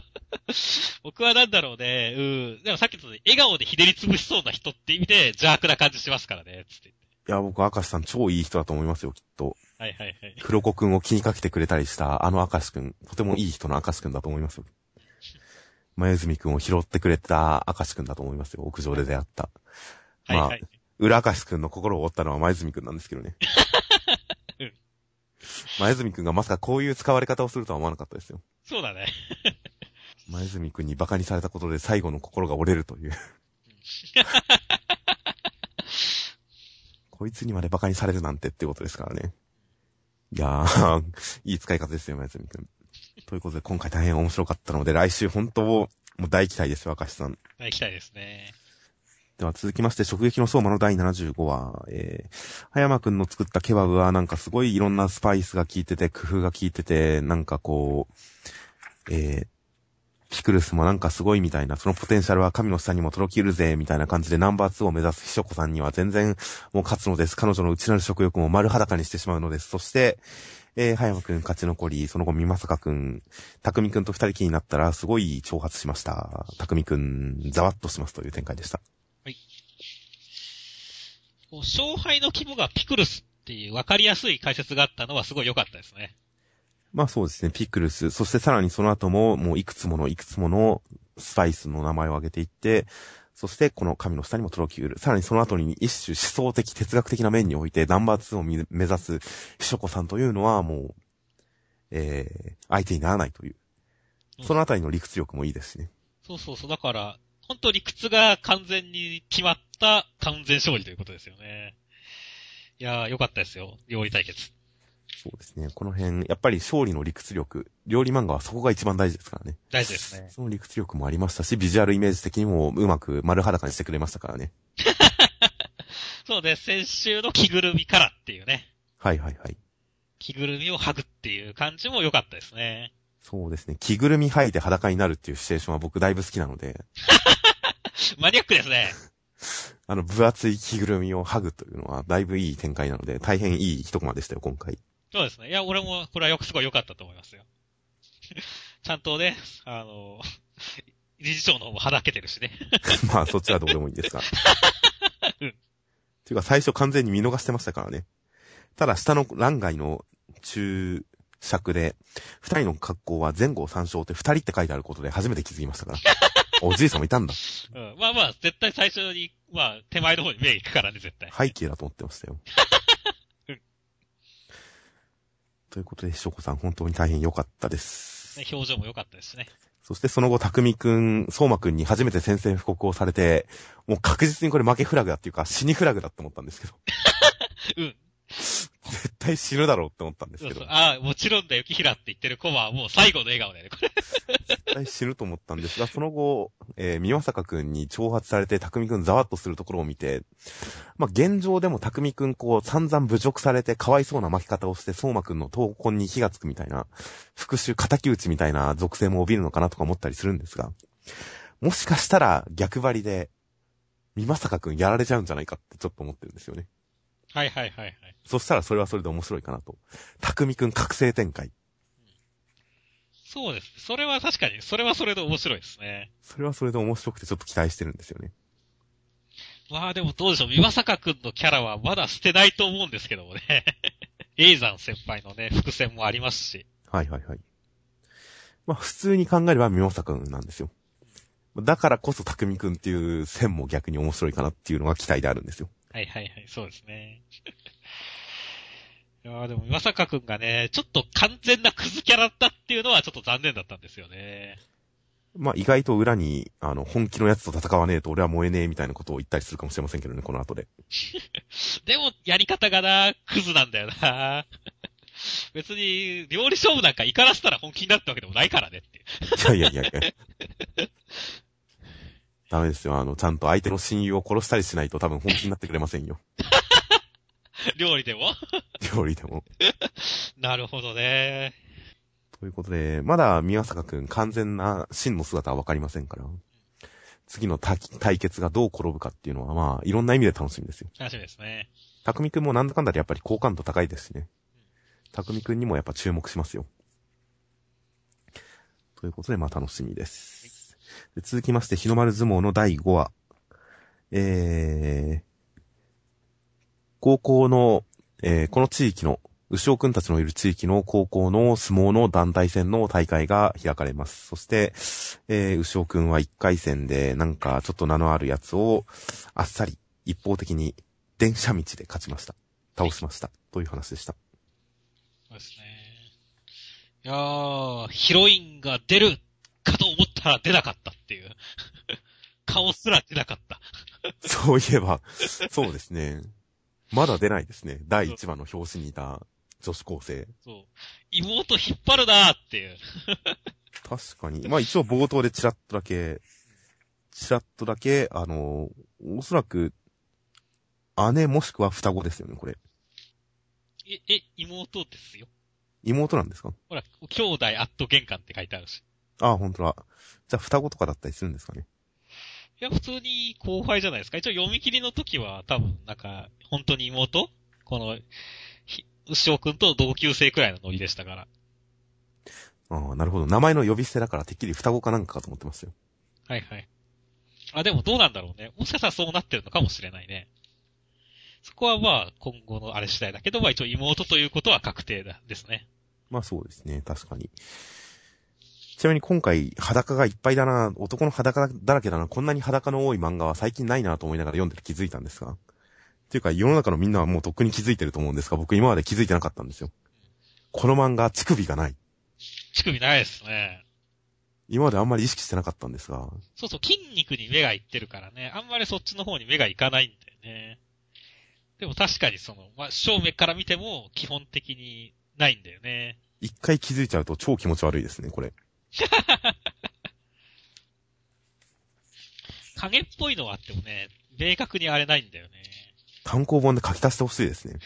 僕はなんだろうね。でもさっき言ったように笑顔でひねり潰しそうな人って意味で邪悪な感じしますからね。つって。 いや、僕、明石さん超いい人だと思いますよ、きっと。 はいはいはい。 黒子くんを気にかけてくれたりした、あの明石くん、とてもいい人の明石くんだと思いますよ。前泉くんを拾ってくれた明石くんだと思いますよ、屋上で出会った。 はいはい。 まあ、裏明石くんの心を折ったのは前泉くんなんですけどね。 うん。 前泉くんがまさかこういう使われ方をするとは思わなかったですよ。 そうだね。 前泉くんに馬鹿にされたことで最後の心が折れるという。こいつにまで馬鹿にされるなんてってことですからね。いやー、いい使い方ですよ、前泉くん。ということで今回大変面白かったので、来週本当、もう大期待ですよ、明石さん。 行きたいですね。 では続きまして、直撃の相馬の第75話。葉山くんの作ったケバブはなんかすごいいろんなスパイスが効いてて、工夫が効いてて、なんかこう、ピクルスもなんかすごいみたいな、そのポテンシャルは神の下にも届きるぜ、みたいな感じでナンバー2を目指すひしょこさんには全然もう勝つのです。彼女の内なる食欲も丸裸にしてしまうのです。そして、葉山くん勝ち残り、その後、美作くん、匠くんと二人きりになったら、すごい挑発しました。匠くん、ざわっとしますという展開でした。 はい。勝敗の規模がピクルスっていう分かりやすい解説があったのはすごい良かったですね。 まあそうですね、ピクルス。そしてさらにその後も、もういくつものスパイスの名前を挙げていって、 そしてこの神の下にも届きうる。さらにその後に一種思想的哲学的な面においてナンバー2を目指す秘書子さんというのはもう、相手にならないという。そのあたりの理屈力もいいですしね。 そうそうそう。だから、本当理屈が完全に決まった完全勝利ということですよね。いやー、よかったですよ。料理対決。 そうですね。この辺、やっぱり勝利の理屈力。料理漫画はそこが一番大事ですからね。 大事ですね。 その理屈力もありましたし、ビジュアルイメージ的にもうまく丸裸にしてくれましたからね。 そうね、先週の着ぐるみからっていうね。 はいはいはい。 着ぐるみを剥ぐっていう感じも良かったですね。 そうですね。着ぐるみ剥いで裸になるっていうシチュエーションは僕だいぶ好きなので。 マニアックですね。 分厚い着ぐるみを剥ぐというのはだいぶいい展開なので、大変いい一コマでしたよ、今回。 そうですね。いや、俺も、これはすごい良かったと思いますよ。ちゃんとね、理事長の方もはだけてるしね。 まあ、そっちはどうでもいいんですが。 うん。 ていうか、最初完全に見逃してましたからね。ただ、下の欄外の注釈で、二人の格好は前後参照って二人って書いてあることで初めて気づきましたから。おじいさんもいたんだ。 うん。まあまあ、絶対最初に、まあ、手前の方に目行くからね、絶対。 背景だと思ってましたよ。 うん。 ということで、しょこさん本当に大変良かったです。 ね、表情も良かったですね。 そしてその後、たくみくん、相馬くんに初めて宣戦布告をされて、もう確実にこれ負けフラグだっていうか、死にフラグだって思ったんですけど。 うん。 絶対死ぬだろうって思ったんですけど。 そうそう。ああ、もちろんだよ、キヒラって言ってるコマはもう最後の笑顔だよね、これ。 絶対死ぬと思ったんですが、その後、宮坂くんに挑発されて、たくみくんざわっとするところを見て、まあ、現状でもたくみくん散々侮辱されてかわいそうな巻き方をして、相馬くんの闘魂に火がつくみたいな、復讐仇討ちみたいな属性も帯びるのかなとか思ったりするんですが、もしかしたら逆張りで、宮坂くんやられちゃうんじゃないかってちょっと思ってるんですよね。 はいはいはいはい。 そしたらそれはそれで面白いかなと。たくみくん覚醒展開。 そうです。それは確かに、それはそれで面白いですね。 それはそれで面白くてちょっと期待してるんですよね。 まあでもどうでしょう、宮坂くんのキャラはまだ捨てないと思うんですけどもね。永山先輩のね、伏線もありますし。 はいはいはい。まあ普通に考えれば宮坂くんなんですよ。だからこそたくみくんっていう線も逆に面白いかなっていうのが期待であるんですよ。 はいはいはい、そうですね。いやーでも岩坂くんがね、ちょっと完全なクズキャラだったっていうのはちょっと残念だったんですよね。 まあ意外と裏に、本気のやつと戦わねえと俺は燃えねえみたいなことを言ったりするかもしれませんけどね、この後で。 でも、やり方がな、クズなんだよな。別に、料理勝負なんか怒らせたら本気になったわけでもないからねって。 いやいやいやいや。ダメですよ。ちゃんと相手の親友を殺したりしないと多分本気になってくれませんよ。 料理でも料理でも。 なるほどね。 ということで、まだ宮坂くん完全な真の姿はわかりませんから、次の対決がどう転ぶかっていうのはまあ、いろんな意味で楽しみですよ。 楽しみですね。 たくみくんもなんだかんだでやっぱり好感度高いですしね。たくみくんにもやっぱ注目しますよ。ということでまあ楽しみです。で続きまして、日の丸相撲の第5話。高校の、この地域の、牛尾くんたちのいる地域の高校の相撲の団体戦の大会が開かれます。そして、牛尾くんは1回戦でなんかちょっと名のあるやつをあっさり一方的に電車道で勝ちました。倒しました。という話でした。 そうですね。いやー、ヒロインが出るかと思ったら出なかったっていう。顔すら出なかった。 そういえば、そうですね。まだ出ないですね。第1話の表紙にいた女子高生。 そう。妹引っ張るなーっていう。 確かに。まあ一応冒頭でチラッとだけ、おそらく、姉もしくは双子ですよね、これ。 妹ですよ。 妹なんですか？ ほら、兄弟アット玄関って書いてあるし。 ああ、ほんとだ。じゃあ双子とかだったりするんですかね。 いや、普通に後輩じゃないですか。一応読み切りの時は多分、なんか、本当に妹この、牛尾くんと同級生くらいのノリでしたから。 ああ、なるほど。名前の呼び捨てだからてっきり双子かなんかかと思ってますよ。 はいはい。あ、でもどうなんだろうね。もしかしたらそうなってるのかもしれないね。そこはまあ、今後のあれ次第だけど、まあ一応妹ということは確定ですね。 まあそうですね、確かに。 ちなみに今回裸がいっぱいだな、男の裸だらけだな、こんなに裸の多い漫画は最近ないなと思いながら読んでて気づいたんですが。っていうか世の中のみんなはもうとっくに気づいてると思うんですが、僕今まで気づいてなかったんですよ。この漫画、乳首がない。 乳首ないですね。 今まであんまり意識してなかったんですが。 そうそう、筋肉に目がいってるからね、あんまりそっちの方に目がいかないんだよね。でも確かに正面から見ても基本的にないんだよね。 一回気づいちゃうと超気持ち悪いですね、これ。 影っぽいのはあってもね、明確にあれないんだよね。 単行本で書き足してほしいですね。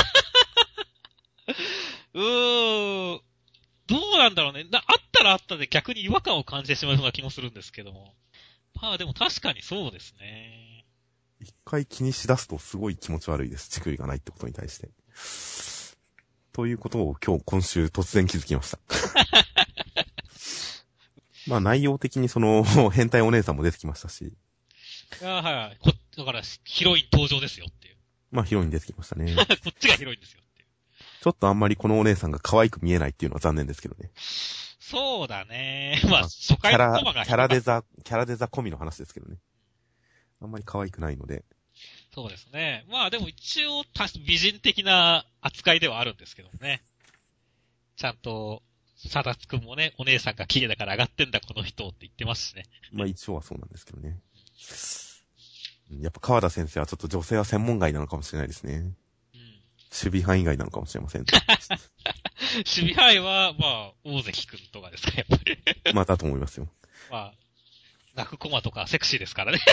どうなんだろうね。あったらあったで逆に違和感を感じてしまうような気もするんですけども。まあでも確かにそうですね。 一回気にしだすとすごい気持ち悪いです。乳首がないってことに対して。ということを今週突然気づきました。まあ内容的に変態お姉さんも出てきましたし。 はい。だからヒロイン登場ですよっていう。 まあヒロイン出てきましたね。 こっちがヒロインですよっていう。 ちょっとあんまりこのお姉さんが可愛く見えないっていうのは残念ですけどね。 そうだね。まあ初回のコマがキャラデザ込みの話ですけどね。あんまり可愛くないので。 そうですね。まあでも一応美人的な扱いではあるんですけどもね。ちゃんと、サダツくんもね、お姉さんが綺麗だから上がってんだこの人って言ってますしね。 まあ一応はそうなんですけどね。やっぱ川田先生はちょっと女性は専門外なのかもしれないですね。うん。守備範囲外なのかもしれません。 守備範囲は、まあ、大関くんとかですか、やっぱり。 まあだと思いますよ。 まあ、泣くコマとかセクシーですからね。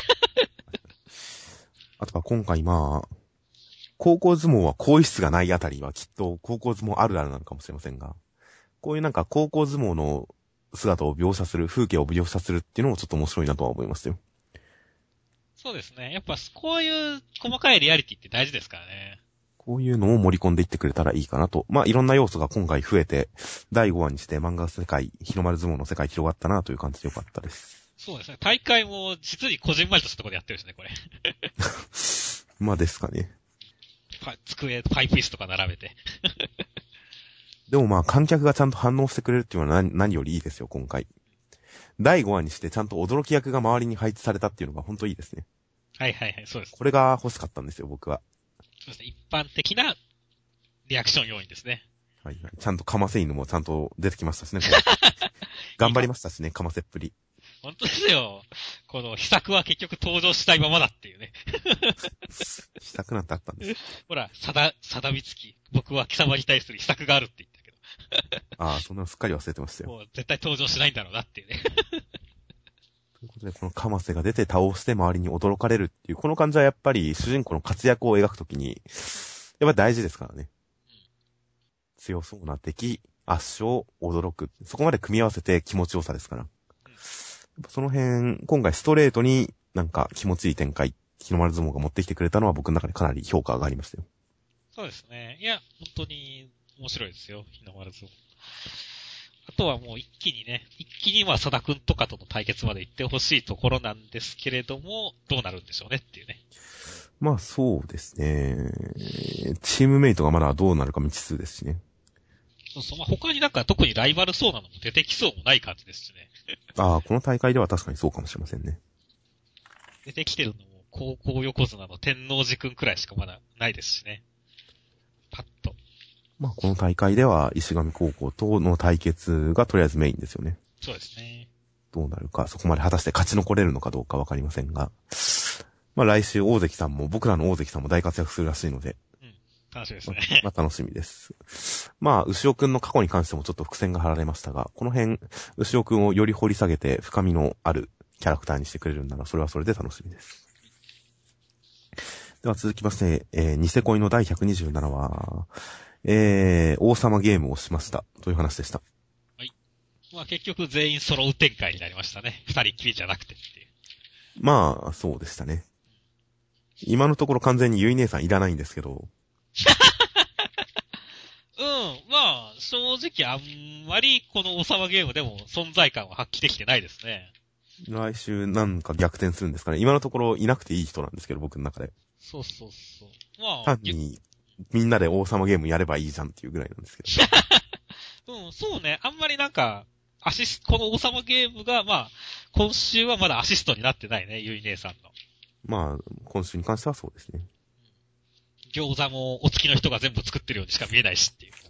あとは今回まあ、高校相撲は更衣室がないあたりはきっと高校相撲あるあるなのかもしれませんが、こういうなんか高校相撲の姿を描写する、風景を描写するっていうのもちょっと面白いなとは思いますよ。 そうですね。やっぱこういう細かいリアリティって大事ですからね。 こういうのを盛り込んでいってくれたらいいかなと。まあいろんな要素が今回増えて、第5話にして漫画世界、日の丸相撲の世界広がったなという感じでよかったです。 そうですね。大会も実にこじんまりとしたところでやってるしね、これ。 まあですかね。 机、パイプ椅子とか並べて。 でもまあ観客がちゃんと反応してくれるっていうのは何よりいいですよ、今回。第5話にしてちゃんと驚き役が周りに配置されたっていうのが本当いいですね。 はいはいはい、そうです。 これが欲しかったんですよ、僕は。 そうですね。一般的なリアクション要因ですね。 はいはい。ちゃんとかませ犬もちゃんと出てきましたしね。頑張りましたしね、かませっぷり。 本当ですよ。この秘策は結局登場したいままだっていうね。 秘策なんてあったんです。 ほら、定みつき。僕は貴様に対する秘策があるって言ったけど。 ああ、そんなのすっかり忘れてましたよ。 もう絶対登場しないんだろうなっていうね。 ということで、このかませが出て倒して周りに驚かれるっていう、この感じはやっぱり主人公の活躍を描くときに、やっぱり大事ですからね。強そうな敵、圧勝、驚く。そこまで組み合わせて気持ちよさですから。その辺、今回ストレートになんか気持ちいい展開、日の丸相撲が持ってきてくれたのは僕の中でかなり評価がありましたよ。 そうですね。いや、本当に面白いですよ、日の丸相撲。あとはもう一気にまあ、佐田くんとかとの対決まで行ってほしいところなんですけれども、どうなるんでしょうねっていうね。 まあそうですね。チームメイトがまだどうなるか未知数ですしね。 そうそう。まあ、他になんか特にライバルそうなのも出てきそうもない感じですしね。 ああ、この大会では確かにそうかもしれませんね。 出てきてるのも高校横綱の天王寺くんくらいしかまだないですしね。パッと。 まあこの大会では石上高校との対決がとりあえずメインですよね。 そうですね。 どうなるか、そこまで果たして勝ち残れるのかどうかわかりませんが。まあ来週大関さんも、僕らの大関さんも大活躍するらしいので。 楽しみですね。 まあ楽しみです。まあ、牛尾くんの過去に関してもちょっと伏線が張られましたが、この辺、牛尾くんをより掘り下げて深みのあるキャラクターにしてくれるんなら、それはそれで楽しみです。では続きまして、ニセ恋の第127話、王様ゲームをしました。という話でした。 はい。まあ結局全員揃う展開になりましたね。二人きりじゃなくてっていう。 まあ、そうでしたね。今のところ完全にゆい姉さんいらないんですけど、 まあ、正直あんまりこの王様ゲームでも存在感は発揮できてないですね。 来週なんか逆転するんですかね。今のところいなくていい人なんですけど、僕の中で。 そうそうそう。まあ、 単にみんなで王様ゲームやればいいじゃんっていうぐらいなんですけど。 そうね。あんまりなんか、 この王様ゲームが、まあ、今週はまだアシストになってないね、ゆい姉さんの。 まあ、今週に関してはそうですね。 餃子もお付きの人が全部作ってるようにしか見えないしっていう。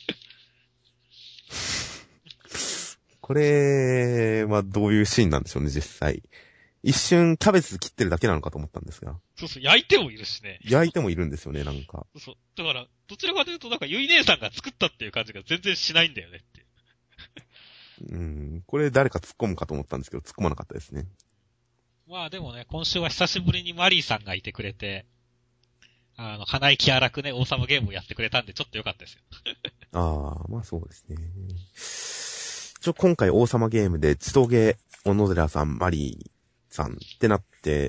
これはどういうシーンなんでしょうね、実際。一瞬キャベツ切ってるだけなのかと思ったんですが。 そうそう、焼いてもいるしね。 焼いてもいるんですよね、なんか。 そう。だから、どちらかというとなんかゆい姉さんが作ったっていう感じが全然しないんだよねっていう。 これ誰か突っ込むかと思ったんですけど、突っ込まなかったですね。 まあでもね、今週は久しぶりにマリーさんがいてくれて、鼻息荒くね、王様ゲームをやってくれたんでちょっと良かったですよ。 ああ、まあそうですね。今回王様ゲームで、千棘、小野寺さん、マリーさんってなって、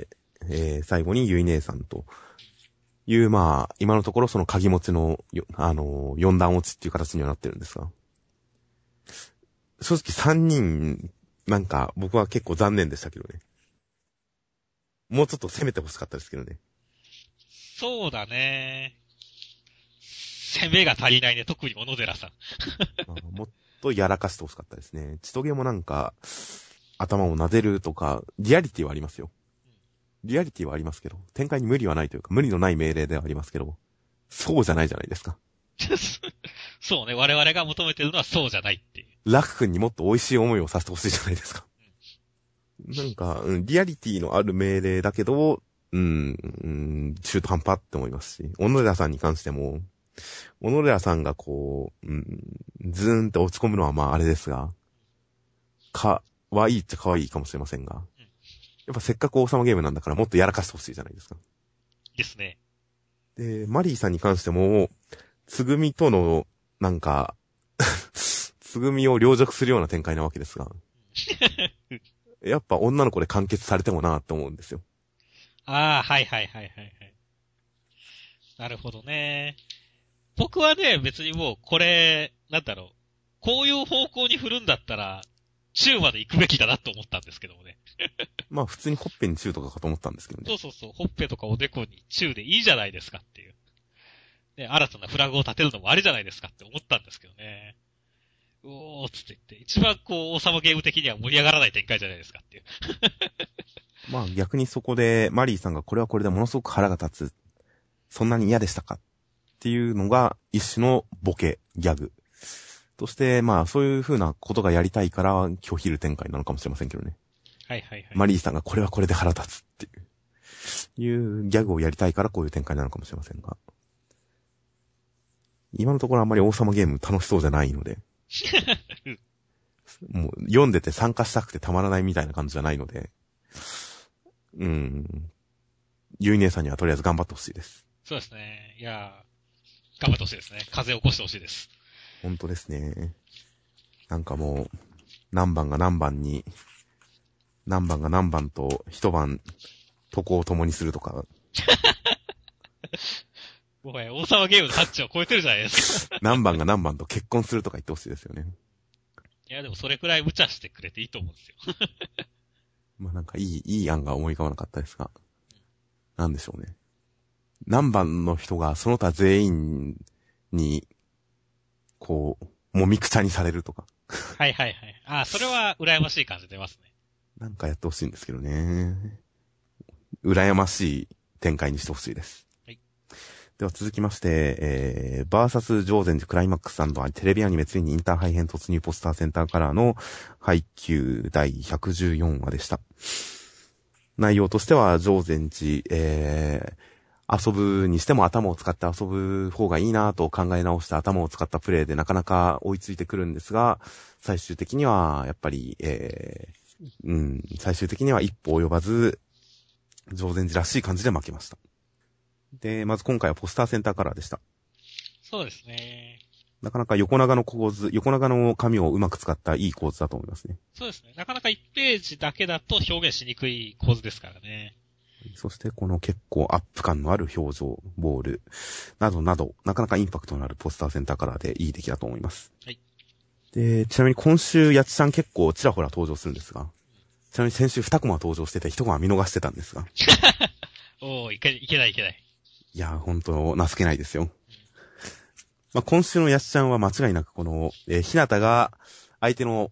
最後にゆい姉さんという、まあ、今のところその鍵持ちの、4段落ちっていう形にはなってるんですが。正直3人、なんか僕は結構残念でしたけどね。もうちょっと攻めて欲しかったですけどね。 そうだね。攻めが足りないね、特に小野寺さん。 もっとやらかして欲しかったですね。千棘もなんか、頭を撫でるとか、リアリティはありますよ。リアリティはありますけど、展開に無理はないというか、無理のない命令ではありますけど、そうじゃないじゃないですか。 そうね、我々が求めてるのはそうじゃないっていう。 ラク君にもっと美味しい思いをさせてほしいじゃないですか。なんか、リアリティのある命令だけど、中途半端って思いますし、小野寺さんに関しても、小野寺さんがこう、ズーンって落ち込むのはまああれですが、かわいいっちゃかわいいかもしれませんが、やっぱせっかく王様ゲームなんだからもっとやらかしてほしいじゃないですか。 ですね。 で、マリーさんに関しても、つぐみとの、なんか、つぐみを凌辱するような展開なわけですが、やっぱ女の子で完結されてもなって思うんですよ。 ああ、はいはいはいはいはい。なるほどね。僕はね、別にもうこれ、なんだろう。こういう方向に振るんだったら、中まで行くべきだなと思ったんですけどもね。 まあ普通にほっぺに中とかかと思ったんですけどね。 そうそうそう、ほっぺとかおでこに中でいいじゃないですかっていう。ね、新たなフラグを立てるのもありじゃないですかって思ったんですけどね。おーつって言って、一番こう、王様ゲーム的には盛り上がらない展開じゃないですかっていう。 まあ逆にそこでマリーさんがこれはこれでものすごく腹が立つ。そんなに嫌でしたかっていうのが一種のボケ、ギャグ。として、まあそういう風なことがやりたいから拒否る展開なのかもしれませんけどね。 はいはいはい。 マリーさんがこれはこれで腹立つっていうギャグをやりたいからこういう展開なのかもしれませんが。今のところあんまり王様ゲーム楽しそうじゃないので。もう読んでて参加したくてたまらないみたいな感じじゃないので。ゆい姉さんにはとりあえず頑張ってほしいです。 そうですね。いやー、頑張ってほしいですね。風を起こしてほしいです。 本当ですね。なんかもう、何番が何番と一晩床を共にするとか。 もはや王様ゲームのタッチを超えてるじゃないですか。 何番が何番と結婚するとか言ってほしいですよね。 いやでもそれくらい無茶してくれていいと思うんですよ。 まあなんかいい案が思い浮かばなかったですが。なんでしょうね。何番の人がその他全員に、こう、もみくちゃにされるとか。 はいはいはい。ああ、それは羨ましい感じ出ますね。 なんかやってほしいんですけどね。羨ましい展開にしてほしいです。 はい。 では続きまして、バーサス上禅寺クライマックス&テレビアニメついにインターハイ編突入ポスターセンターカラーの配給第114話でした。内容としては上禅寺、遊ぶにしても頭を使って遊ぶ方がいいなと考え直して頭を使ったプレイでなかなか追いついてくるんですが、最終的にはやっぱり、最終的には一歩及ばず、上禅寺らしい感じで負けました。で、まず今回はポスターセンターカラーでした。 そうですね。 なかなか横長の紙をうまく使ったいい構図だと思いますね。 そうですね。なかなか1ページだけだと表現しにくい構図ですからね。 そしてこの結構アップ感のある表情、ボール、などなど、なかなかインパクトのあるポスターセンターカラーでいい出来だと思います。 はい。 で、ちなみに今週、やちさん結構ちらほら登場するんですが、ちなみに先週2コマ登場してて1コマ見逃してたんですが。 おー、いけない。 いやー、ほんと、情けないですよ。まあ、今週のやちちゃんは間違いなくこの、ひなたが相手の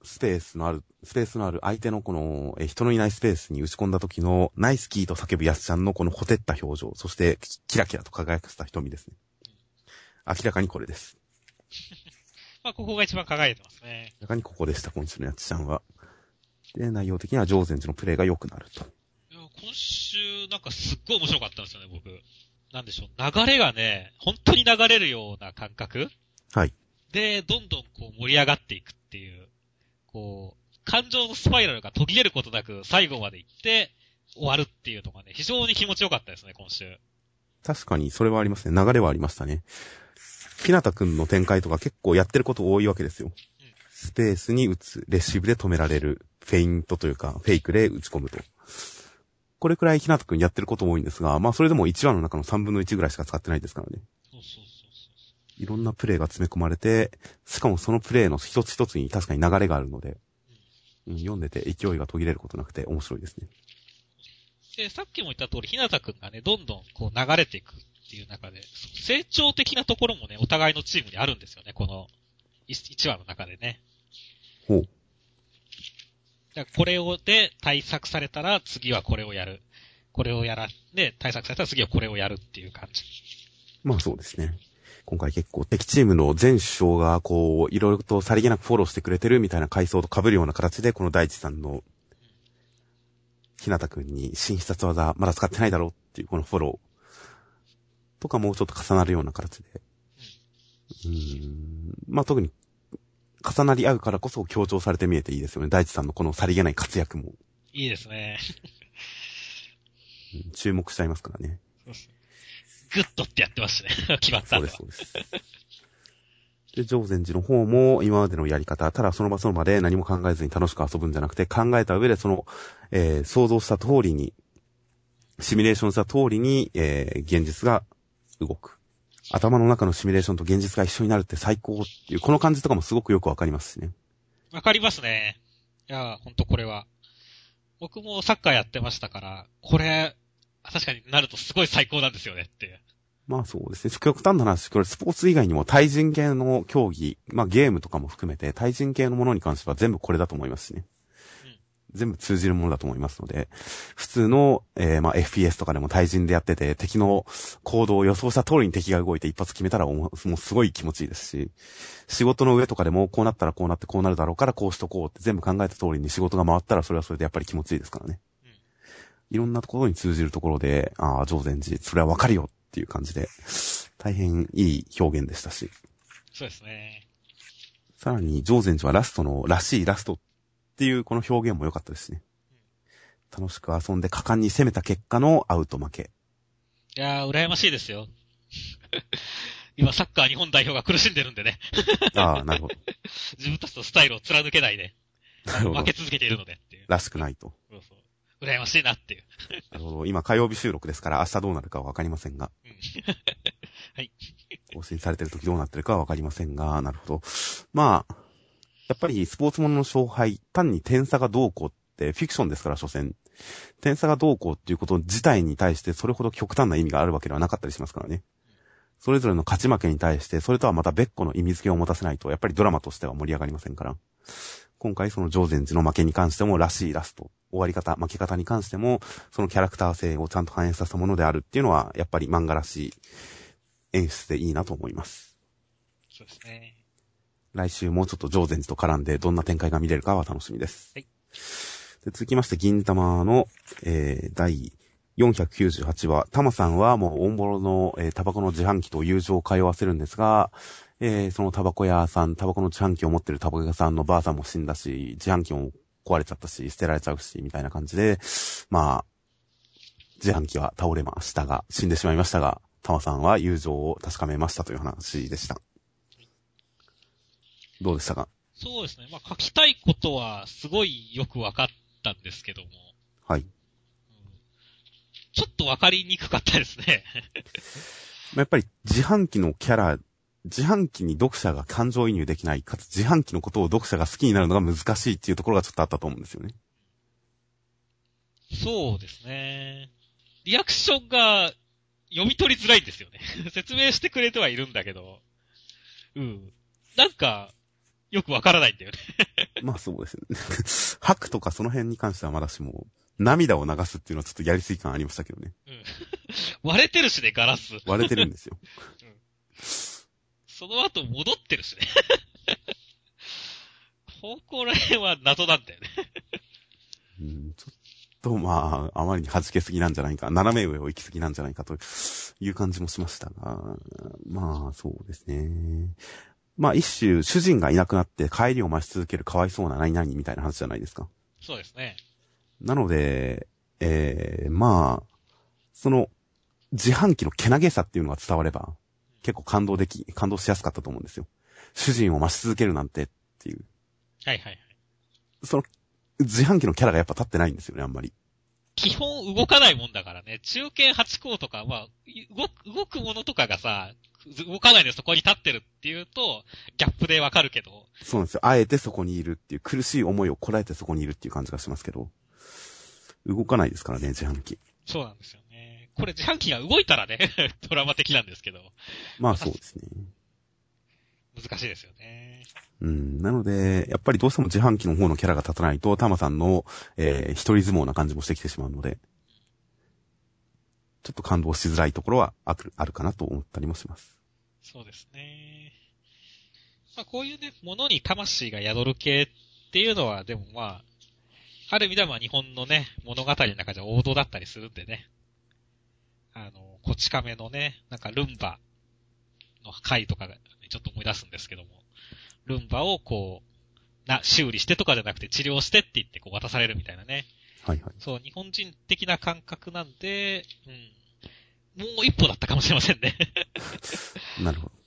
スペースのある相手のこの、人のいないスペースに打ち込んだ時のナイスキーと叫ぶヤスちゃんのこのほてった表情、そしてキラキラと輝かせた瞳ですね。明らかにこれです。 まあ、ここが一番輝いてますね。 明らかにここでした、今週のヤスちゃんは。で、内容的には常禅寺のプレイが良くなると。 いや今週なんかすっごい面白かったんですよね、僕。なんでしょう。流れがね、本当に流れるような感覚はい。 で、どんどんこう盛り上がっていくっていう、こう、感情のスパイラルが途切れることなく最後まで行って終わるっていうのがね、非常に気持ちよかったですね、今週。 確かにそれはありますね。流れはありましたね。ひなたくんの展開とか結構やってること多いわけですよ。スペースに打つ、レシーブで止められる、フェイントというか、フェイクで打ち込むと。これくらいひなたくんやってること多いんですが、まあそれでも1話の中の3分の1ぐらいしか使ってないですからね。 そう。 いろんなプレイが詰め込まれて、しかもそのプレイの一つ一つに確かに流れがあるので、読んでて勢いが途切れることなくて面白いですね。 で、さっきも言った通り、ひなたくんがね、どんどんこう流れていくっていう中で、成長的なところもね、お互いのチームにあるんですよね、この1話の中でね。 ほう。 だからこれで対策されたら次はこれをやる。これをやら、で、対策されたら次はこれをやるっていう感じ。 まあそうですね。今回結構敵チームの前首相がこう、いろいろとさりげなくフォローしてくれてるみたいな階層と被るような形で、この大地さんの、ひなたくんに新必殺技まだ使ってないだろうっていうこのフォローとかもうちょっと重なるような形で。まあ特に重なり合うからこそ強調されて見えていいですよね。大地さんのこのさりげない活躍も。 いいですね。 注目しちゃいますからね。 グッドってやってますしね。決まったんだ。 そうです。で、常禅寺の方も今までのやり方、ただその場その場で何も考えずに楽しく遊ぶんじゃなくて、考えた上でその、想像した通りに、シミュレーションした通りに、現実が動く。頭の中のシミュレーションと現実が一緒になるって最高っていう、この感じとかもすごくよくわかりますしね。 わかりますね。いや、ほんとこれは。僕もサッカーやってましたから、これ、確かになるとすごい最高なんですよねっていう。 まあそうですね。極端な話、これスポーツ以外にも対人系の競技、まあゲームとかも含めて対人系のものに関しては全部これだと思いますしね。全部通じるものだと思いますので、普通の、まあ FPS とかでも対人でやってて、敵の行動を予想した通りに敵が動いて一発決めたらもうすごい気持ちいいですし、仕事の上とかでもこうなったらこうなってこうなるだろうからこうしとこうって全部考えた通りに仕事が回ったらそれはそれでやっぱり気持ちいいですからね。いろんなところに通じるところで、ああ、常禅寺、それはわかるよっていう感じで、大変いい表現でしたし。 そうですね。 さらに、常禅寺はラストの、らしいラストっていうこの表現も良かったですね。楽しく遊んで果敢に攻めた結果のアウト負け。 いやー、羨ましいですよ。今、サッカー日本代表が苦しんでるんでね。 ああ、なるほど。 自分たちのスタイルを貫けないで、負け続けているのでっていう。 らしくないと。 そう。羨ましいなっていう。 なるほど。今火曜日収録ですから明日どうなるかはわかりませんが。 はい。 更新されてる時どうなってるかはわかりませんが、なるほど。まあ、やっぱりスポーツものの勝敗、単に点差がどうこうってフィクションですから、所詮。点差がどうこうっていうこと自体に対してそれほど極端な意味があるわけではなかったりしますからね。それぞれの勝ち負けに対して、それとはまた別個の意味付けを持たせないと、やっぱりドラマとしては盛り上がりませんから。今回その常禅寺の負けに関してもらしいラスト、終わり方、負け方に関しても、そのキャラクター性をちゃんと反映させたものであるっていうのは、やっぱり漫画らしい演出でいいなと思います。 そうですね。 来週もうちょっと常禅寺と絡んでどんな展開が見れるかは楽しみです。 はい。 で続きまして、銀玉の、第498話、タマさんはもうオンボロの、タバコの自販機と友情を通わせるんですが、そのタバコ屋さん、タバコの自販機を持ってるタバコ屋さんのばあさんも死んだし、自販機も壊れちゃったし、捨てられちゃうし、みたいな感じで、まあ、自販機は倒れましたが、死んでしまいましたが、タマさんは友情を確かめましたという話でした。どうでしたか？ そうですね。まあ、書きたいことはすごいよくわかったんですけども。 はい。 ちょっとわかりにくかったですね。 やっぱり自販機のキャラ、自販機に読者が感情移入できない、かつ自販機のことを読者が好きになるのが難しいっていうところがちょっとあったと思うんですよね。 そうですね。リアクションが読み取りづらいんですよね。説明してくれてはいるんだけど。なんか、 よくわからないんだよね。 まあそうですね。吐くとかその辺に関してはまだしも、涙を流すっていうのはちょっとやりすぎ感ありましたけどね。 うん。割れてるしね、ガラス。 割れてるんですよ。 うん、その後戻ってるしね。ここら辺は謎なんだよね。 うん、ちょっとまあ、あまりに弾けすぎなんじゃないか、斜め上を行きすぎなんじゃないかという感じもしましたが、まあそうですね。まあ一種、主人がいなくなって帰りを待ち続けるかわいそうな何々みたいな話じゃないですか。 そうですね。 なので、まあ、その、自販機のけなげさっていうのが伝われば、結構感動しやすかったと思うんですよ。主人を待ち続けるなんてっていう。 はいはいはい。 その、自販機のキャラがやっぱ立ってないんですよね、あんまり。 基本動かないもんだからね。中堅8校とか、まあ、動くものとかがさ、動かないでそこに立ってるっていうと、ギャップでわかるけど。 そうなんですよ。あえてそこにいるっていう、苦しい思いをこらえてそこにいるっていう感じがしますけど。動かないですからね、自販機。 そうなんですよね。これ自販機が動いたらね、ドラマ的なんですけど。 まあそうですね。 難しいですよね。 うん。なので、やっぱりどうしても自販機の方のキャラが立たないと、タマさんの、一人相撲な感じもしてきてしまうので、ちょっと感動しづらいところはあるかなと思ったりもします。 そうですね。まあこういうね、ものに魂が宿る系っていうのは、でもまあ、ある意味ではまあ日本のね、物語の中では王道だったりするんでね。こち亀のね、なんかルンバの回とかちょっと思い出すんですけども、ルンバをこう、修理してとかじゃなくて治療してって言ってこう渡されるみたいなね。 はいはい。 そう、日本人的な感覚なんで、もう一歩だったかもしれませんね。 なるほど。